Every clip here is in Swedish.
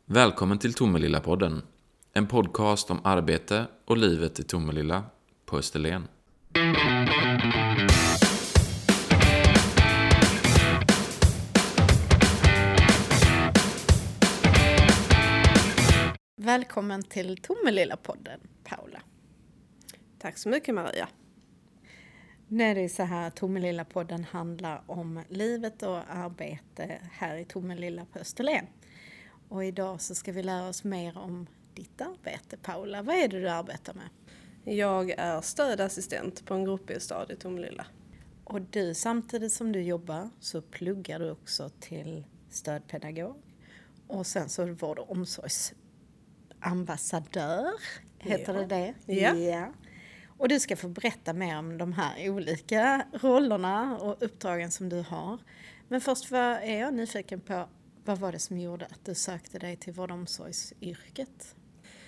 Välkommen till Tomelilla-podden, en podcast om arbete och livet i Tomelilla på Österlen. Välkommen till Tomelilla-podden, Paula. Tack så mycket, Maria. När det är så här, Tomelilla-podden handlar om livet och arbete här i Tomelilla på Österlen. Och idag så ska vi lära oss mer om ditt arbete, Paula. Vad är det du arbetar med? Jag är stödassistent på en gruppbostad i Tomelilla. Och du, samtidigt som du jobbar så pluggar du också till stödpedagog. Och sen så är du vård- och omsorgsambassadör, heter det? Ja. Och du ska få berätta mer om de här olika rollerna och uppdragen som du har. Men först är jag nyfiken på, vad var det som gjorde att du sökte dig till vård- och omsorgsyrket?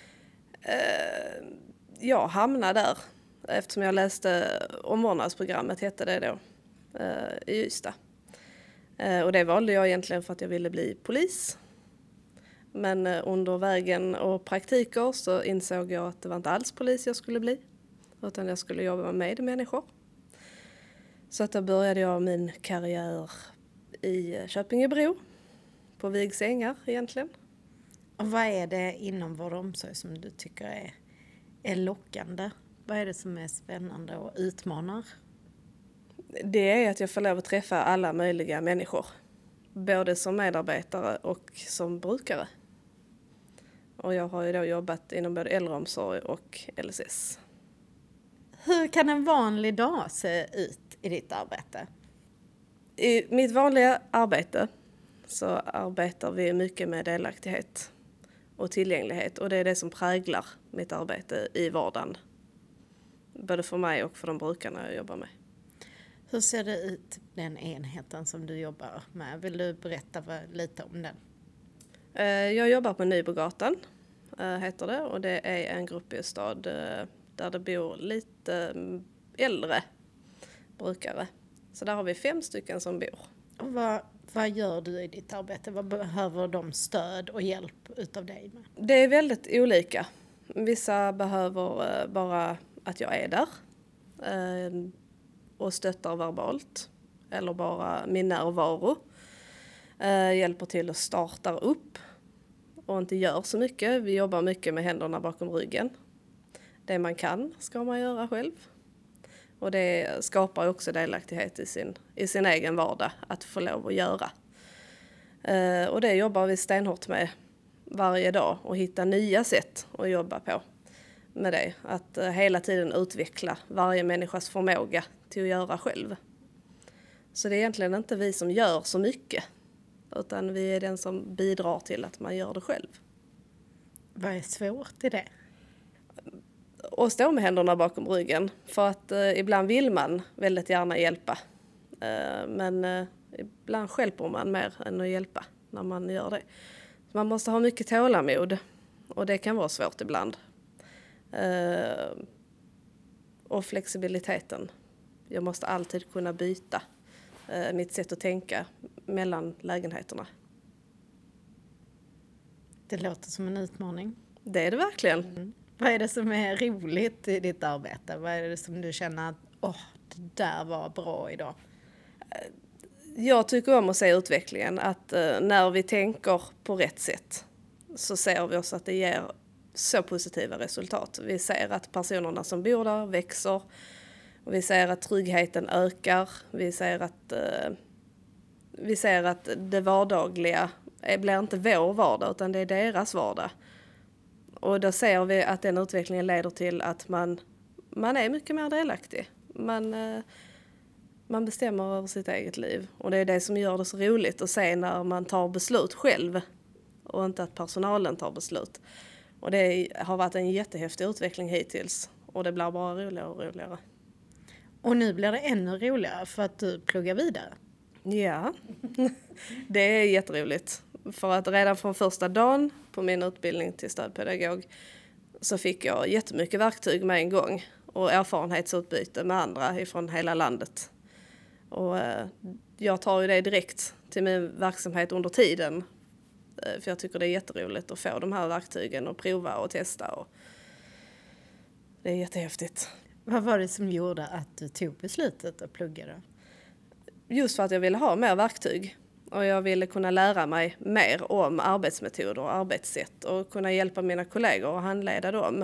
Jag hamnade där eftersom jag läste omvårdnadsprogrammet, hette det då, i Ystad. Och det valde jag egentligen för att jag ville bli polis. Men under vägen och praktiker så insåg jag att det var inte alls polis jag skulle bli. Utan jag skulle jobba med människor. Så att då började jag min karriär i Köpingebro. På Vigs ängar egentligen. Och vad är det inom vård och omsorg som du tycker är lockande? Vad är det som är spännande och utmanar? Det är att jag får lov att träffa alla möjliga människor. Både som medarbetare och som brukare. Och jag har ju då jobbat inom både äldreomsorg och LSS. Hur kan en vanlig dag se ut i ditt arbete? I mitt vanliga arbete så arbetar vi mycket med delaktighet och tillgänglighet. Och det är det som präglar mitt arbete i vardagen. Både för mig och för de brukarna jag jobbar med. Hur ser det ut, den enheten som du jobbar med? Vill du berätta lite om den? Jag jobbar på Nybrogatan, heter det. Och det är en gruppbostad där det bor lite äldre brukare. Så där har vi 5 stycken som bor. Och vad gör du i ditt arbete? Vad behöver de stöd och hjälp utav dig med? Det är väldigt olika. Vissa behöver bara att jag är där och stöttar verbalt. Eller bara min närvaro. Hjälper till att starta upp och inte gör så mycket. Vi jobbar mycket med händerna bakom ryggen. Det man kan ska man göra själv. Och det skapar också delaktighet i sin egen vardag att få lov att göra. Och det jobbar vi stenhårt med varje dag och hitta nya sätt att jobba på med det. Att hela tiden utveckla varje människas förmåga till att göra själv. Så det är egentligen inte vi som gör så mycket, utan vi är den som bidrar till att man gör det själv. Vad är svårt i det? Och stå med händerna bakom ryggen. För att ibland vill man väldigt gärna hjälpa. Men ibland stjälper man mer än att hjälpa när man gör det. Man måste ha mycket tålamod. Och det kan vara svårt ibland. Och flexibiliteten. Jag måste alltid kunna byta mitt sätt att tänka mellan lägenheterna. Det låter som en utmaning. Det är det verkligen. Mm. Vad är det som är roligt i ditt arbete? Vad är det som du känner att det där var bra idag? Jag tycker om att se utvecklingen. Att när vi tänker på rätt sätt så ser vi oss att det ger så positiva resultat. Vi ser att personerna som bor där växer. Vi ser att tryggheten ökar. Vi ser att det vardagliga blir inte vår vardag utan det är deras vardag. Och då ser vi att den utvecklingen leder till att man är mycket mer delaktig. Man bestämmer över sitt eget liv. Och det är det som gör det så roligt att se när man tar beslut själv. Och inte att personalen tar beslut. Och det har varit en jättehäftig utveckling hittills. Och det blir bara roligare och roligare. Och nu blir det ännu roligare för att du pluggar vidare. Ja, det är jätteroligt. För att redan från första dagen på min utbildning till stödpedagog så fick jag jättemycket verktyg med en gång. Och erfarenhetsutbyte med andra ifrån hela landet. Och jag tar ju det direkt till min verksamhet under tiden För jag tycker det är jätteroligt att få de här verktygen och prova och testa. Och det är jättehäftigt. Vad var det som gjorde att du tog beslutet att plugga då? Just för att jag ville ha mer verktyg. Och jag ville kunna lära mig mer om arbetsmetoder och arbetssätt. Och kunna hjälpa mina kollegor och handleda dem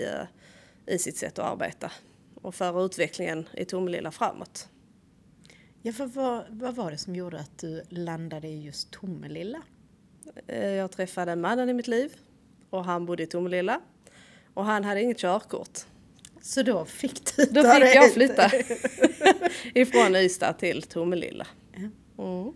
i sitt sätt att arbeta. Och föra utvecklingen i Tomelilla framåt. Ja, för vad var det som gjorde att du landade i just Tomelilla? Jag träffade mannen i mitt liv. Och han bodde i Tomelilla. Och han hade inget körkort. Så då fick du Då fick jag flytta ifrån Ystad till Tomelilla. Mm.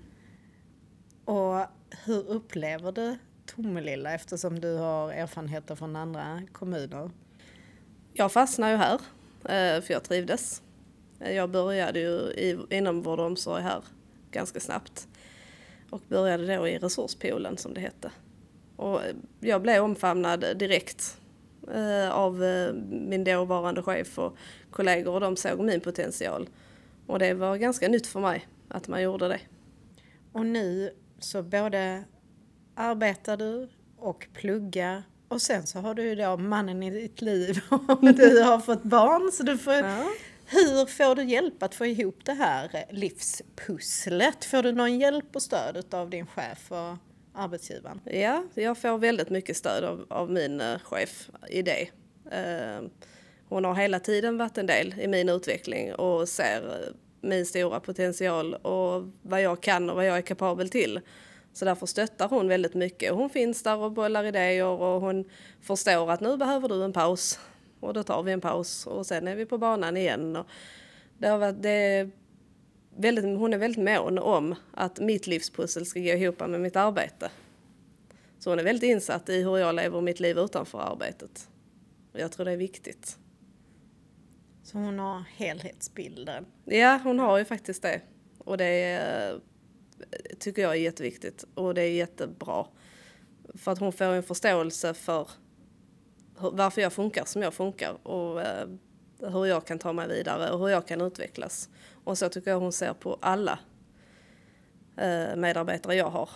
Och hur upplever du Tomelilla eftersom du har erfarenheter från andra kommuner? Jag fastnade ju här för jag trivdes. Jag började ju inom vård och omsorg här ganska snabbt. Och började då i resurspoolen som det hette. Och jag blev omfamnad direkt av min dåvarande chef och kollegor och de såg min potential. Och det var ganska nytt för mig att man gjorde det. Och nu så både arbetar du och pluggar och sen så har du ju då mannen i ditt liv och du har fått barn så du får... Ja. Hur får du hjälp att få ihop det här livspusslet? Får du någon hjälp och stöd av din chef och arbetsgivaren? Ja, jag får väldigt mycket stöd av min chef i det. Hon har hela tiden varit en del i min utveckling och ser min stora potential och vad jag kan och vad jag är kapabel till. Så därför stöttar hon väldigt mycket. Hon finns där och bollar idéer och hon förstår att nu behöver du en paus. Och då tar vi en paus och sen är vi på banan igen. Och hon är väldigt mån om att mitt livspussel ska gå ihop med mitt arbete. Så hon är väldigt insatt i hur jag lever mitt liv utanför arbetet. Och jag tror det är viktigt. Så hon har helhetsbilden? Ja, hon har ju faktiskt det. Och det tycker jag är jätteviktigt. Och det är jättebra. För att hon får en förståelse för varför jag funkar som jag funkar. Och hur jag kan ta mig vidare och hur jag kan utvecklas. Och så tycker jag hon ser på alla medarbetare jag har.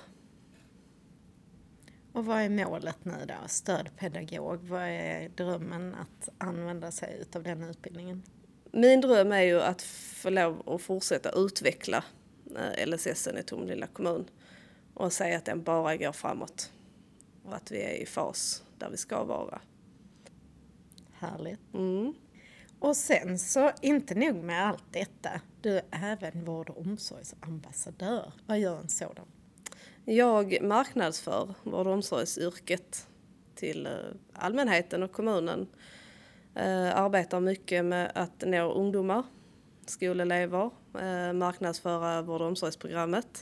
Och vad är målet nu då? Stödpedagog. Vad är drömmen att använda sig av den utbildningen? Min dröm är ju att få lov att fortsätta utveckla LSS:en i Tomelilla kommun. Och säga att den bara går framåt. Och att vi är i fas där vi ska vara. Härligt. Mm. Och sen så, inte nog med allt detta. Du är även vård- och omsorgsambassadör. Vad gör en sådan? Jag marknadsför vård- och omsorgsyrket till allmänheten och kommunen. Arbetar mycket med att nå ungdomar, skolelever, marknadsföra vård- och omsorgsprogrammet.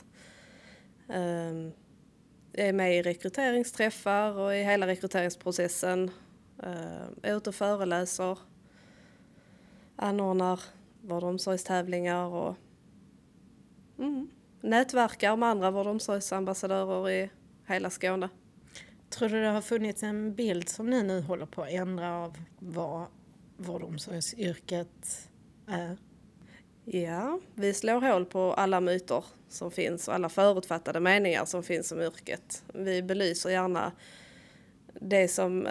Jag är med i rekryteringsträffar och i hela rekryteringsprocessen. Är ute och föreläser. Anordnar vård- och omsorgstävlingar och nätverkar med andra vård- och omsorgsambassadörer i hela Skåne. Tror du det har funnits en bild som ni nu håller på att ändra av vad vård- och omsorgsyrket är? Ja, vi slår hål på alla myter som finns och alla förutfattade meningar som finns om yrket. Vi belyser gärna det som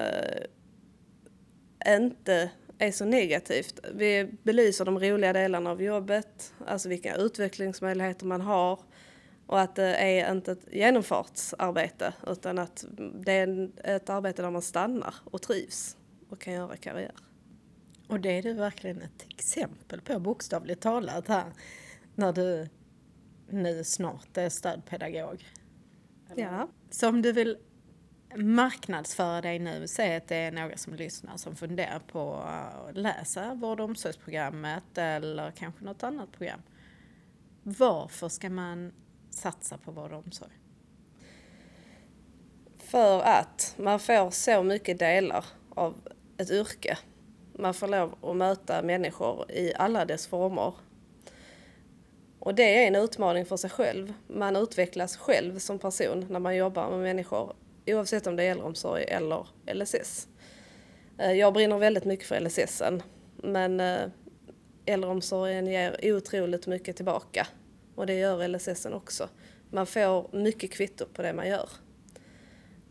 inte är så negativt. Vi belyser de roliga delarna av jobbet, alltså vilka utvecklingsmöjligheter man har och att det är inte ett genomfartsarbete utan att det är ett arbete där man stannar och trivs och kan göra karriär. Och det är du verkligen ett exempel på, bokstavligt talat här, när du nu snart är stödpedagog. Ja. Så om du vill marknadsföra dig nu, säg att det är några som lyssnar som funderar på att läsa vård- och omsorgsprogrammet eller kanske något annat program. Varför ska man satsa på vård och omsorg? För att man får så mycket delar av ett yrke. Man får lov att möta människor i alla dess former. Och det är en utmaning för sig själv. Man utvecklas själv som person när man jobbar med människor. Oavsett om det är äldreomsorg eller LSS. Jag brinner väldigt mycket för LSS:en. Men äldreomsorgen ger otroligt mycket tillbaka. Och det gör LSS:en också. Man får mycket kvitto på det man gör.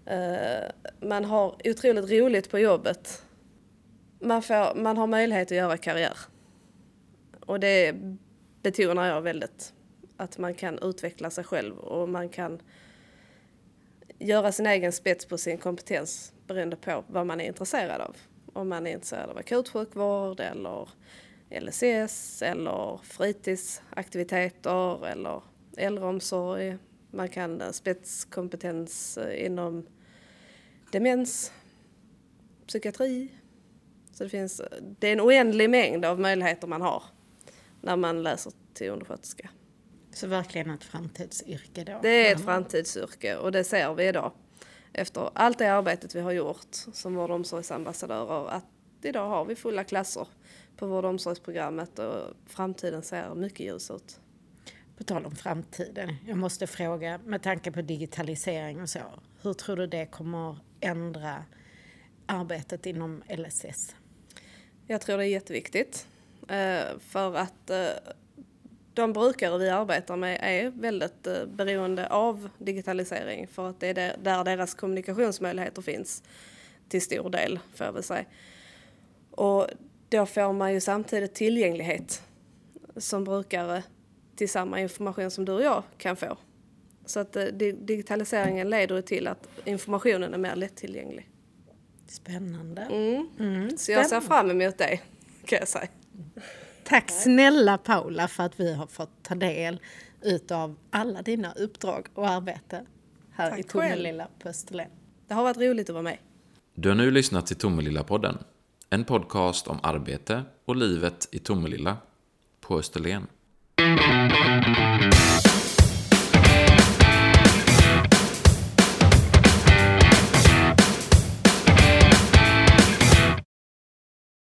Man har otroligt roligt på jobbet. Man har möjlighet att göra karriär. Och det betonar jag väldigt. Att man kan utveckla sig själv och man kan göra sin egen spets på sin kompetens beroende på vad man är intresserad av. Om man är intresserad av akutsjukvård eller LSS eller fritidsaktiviteter eller äldreomsorg. Man kan spetskompetens inom demens, psykiatri. Så det är en oändlig mängd av möjligheter man har när man läser till undersköterska. Så verkligen ett framtidsyrke då? Det är ett framtidsyrke och det ser vi idag. Efter allt det arbetet vi har gjort som vård- och omsorgsambassadörer, att idag har vi fulla klasser på vård- och omsorgsprogrammet och framtiden ser mycket ljus ut. På tal om framtiden, jag måste fråga med tanke på digitalisering och så, hur tror du det kommer ändra arbetet inom LSS? Jag tror det är jätteviktigt för att de brukare vi arbetar med är väldigt beroende av digitalisering för att det är där deras kommunikationsmöjligheter finns till stor del, får jag väl säga. Och då får man ju samtidigt tillgänglighet som brukare till samma information som du och jag kan få. Så att digitaliseringen leder till att informationen är mer lättillgänglig. Spännande. Så jag ser fram emot det, kan jag säga. Tack snälla Paula för att vi har fått ta del utav alla dina uppdrag och arbete här Tack i Tomelilla på Österlen. Det har varit roligt att vara med. Du har nu lyssnat till Tomelilla-podden. En podcast om arbete och livet i Tomelilla på Österlen.